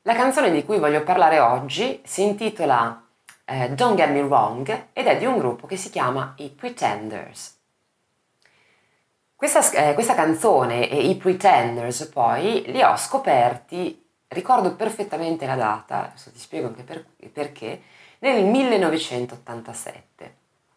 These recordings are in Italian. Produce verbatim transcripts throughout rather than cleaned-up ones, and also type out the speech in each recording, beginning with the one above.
La canzone di cui voglio parlare oggi si intitola eh, Don't Get Me Wrong ed è di un gruppo che si chiama i Pretenders. Questa, eh, questa canzone e i Pretenders poi li ho scoperti, ricordo perfettamente la data, adesso ti spiego anche per, perché, nel millenovecentottantasette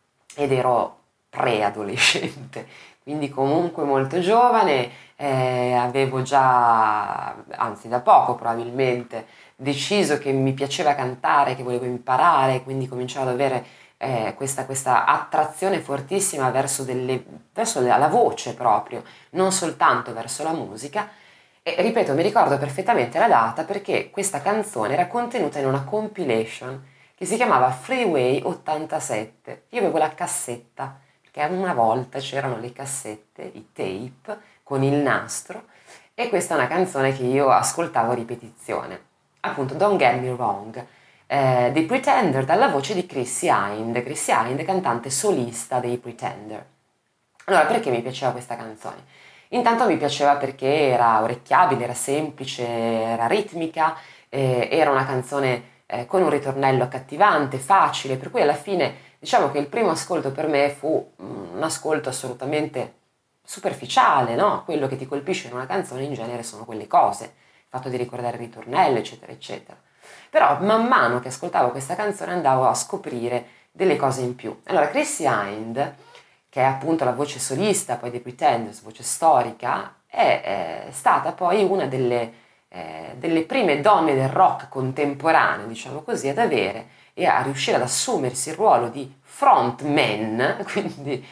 ed ero preadolescente, quindi comunque molto giovane, eh, avevo già, anzi da poco probabilmente, deciso che mi piaceva cantare, che volevo imparare, quindi cominciavo ad avere eh, questa, questa attrazione fortissima verso, delle, verso la, la voce proprio, non soltanto verso la musica. E ripeto, mi ricordo perfettamente la data perché questa canzone era contenuta in una compilation che si chiamava Freeway ottantasette. Io avevo la cassetta, perché una volta c'erano le cassette, i tape, con il nastro, e questa è una canzone che io ascoltavo a ripetizione. Appunto, Don't Get Me Wrong, eh, dei Pretender, dalla voce di Chrissy Hind. Chrissy Hind, cantante solista dei Pretender. Allora, perché mi piaceva questa canzone? Intanto mi piaceva perché era orecchiabile, era semplice, era ritmica, eh, era una canzone eh, con un ritornello accattivante, facile, per cui alla fine diciamo che il primo ascolto per me fu mm, un ascolto assolutamente superficiale, no? Quello che ti colpisce in una canzone in genere sono quelle cose, il fatto di ricordare il ritornello, eccetera, eccetera. Però man mano che ascoltavo questa canzone andavo a scoprire delle cose in più. Allora, Chrissy Hind, che è appunto la voce solista poi dei Pretenders, voce storica, è, è stata poi una delle, eh, delle prime donne del rock contemporaneo, diciamo così, ad avere e a riuscire ad assumersi il ruolo di frontman, quindi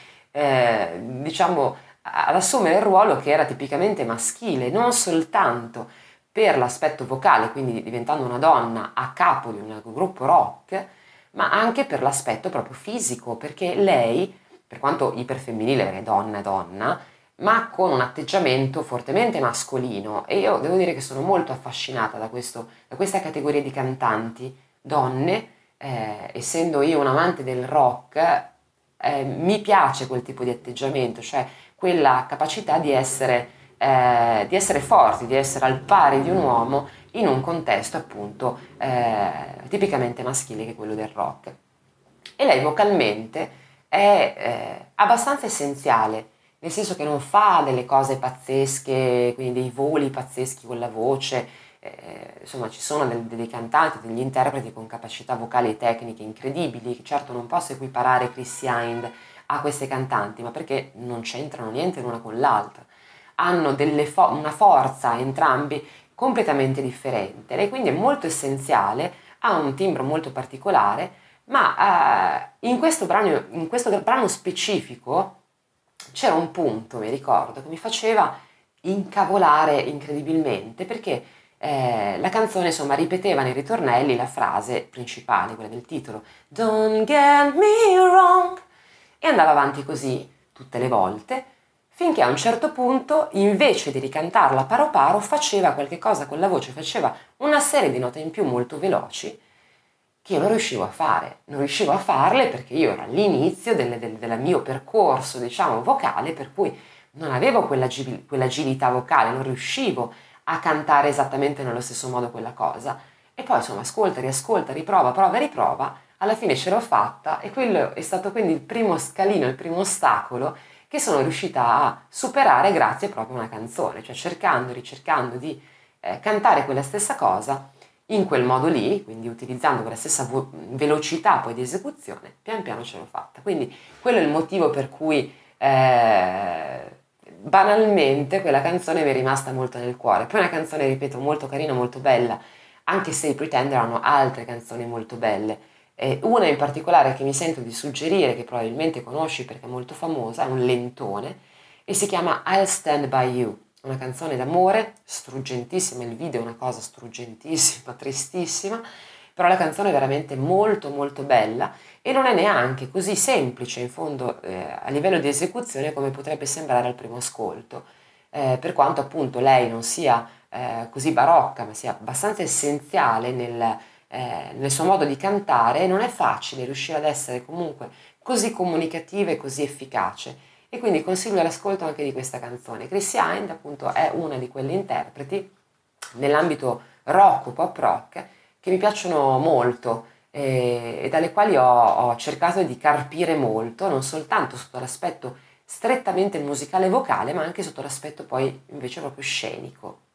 eh, diciamo ad assumere il ruolo che era tipicamente maschile, non soltanto per l'aspetto vocale, quindi diventando una donna a capo di un gruppo rock, ma anche per l'aspetto proprio fisico, perché lei, per quanto iperfemminile, perché donna è donna, ma con un atteggiamento fortemente mascolino, e io devo dire che sono molto affascinata da, questo, da questa categoria di cantanti, donne, eh, essendo io un amante del rock, eh, mi piace quel tipo di atteggiamento, cioè quella capacità di essere, eh, di essere forti, di essere al pari di un uomo in un contesto appunto eh, tipicamente maschile che è quello del rock. E lei vocalmente è eh, abbastanza essenziale, nel senso che non fa delle cose pazzesche, quindi dei voli pazzeschi con la voce, eh, insomma ci sono del, dei cantanti, degli interpreti con capacità vocali e tecniche incredibili, che certo non posso equiparare Chrissy Hind a queste cantanti, ma perché non c'entrano niente l'una con l'altra, hanno delle fo- una forza entrambi completamente differente, lei quindi è molto essenziale, ha un timbro molto particolare, ma eh, in, questo brano, in questo brano specifico c'era un punto, mi ricordo, che mi faceva incavolare incredibilmente, perché eh, la canzone insomma ripeteva nei ritornelli la frase principale, quella del titolo, Don't get me wrong, e andava avanti così tutte le volte, finché a un certo punto, invece di ricantarla paro paro, faceva qualche cosa con la voce, faceva una serie di note in più molto veloci, che io non riuscivo a fare, non riuscivo a farle perché io ero all'inizio del, del, del mio percorso, diciamo, vocale, per cui non avevo quell'agi- quell'agilità vocale, non riuscivo a cantare esattamente nello stesso modo quella cosa. E poi insomma ascolta, riascolta, riprova, prova e riprova, alla fine ce l'ho fatta e quello è stato quindi il primo scalino, il primo ostacolo che sono riuscita a superare grazie proprio a una canzone, cioè cercando, ricercando di eh, cantare quella stessa cosa in quel modo lì, quindi utilizzando quella stessa vo- velocità poi di esecuzione, pian piano ce l'ho fatta. Quindi quello è il motivo per cui eh, banalmente quella canzone mi è rimasta molto nel cuore. Poi è una canzone, ripeto, molto carina, molto bella, anche se i Pretender hanno altre canzoni molto belle. E una in particolare che mi sento di suggerire, che probabilmente conosci perché è molto famosa, è un lentone, e si chiama I'll Stand By You. Una canzone d'amore, struggentissima, il video è una cosa struggentissima, tristissima, però la canzone è veramente molto molto bella e non è neanche così semplice in fondo eh, a livello di esecuzione come potrebbe sembrare al primo ascolto, eh, per quanto appunto lei non sia eh, così barocca, ma sia abbastanza essenziale nel, eh, nel suo modo di cantare, non è facile riuscire ad essere comunque così comunicativa e così efficace. E quindi consiglio l'ascolto anche di questa canzone. Chrissy Hind appunto è una di quelle interpreti nell'ambito rock o pop rock che mi piacciono molto e, e dalle quali ho, ho cercato di carpire molto, non soltanto sotto l'aspetto strettamente musicale e vocale, ma anche sotto l'aspetto poi invece proprio scenico.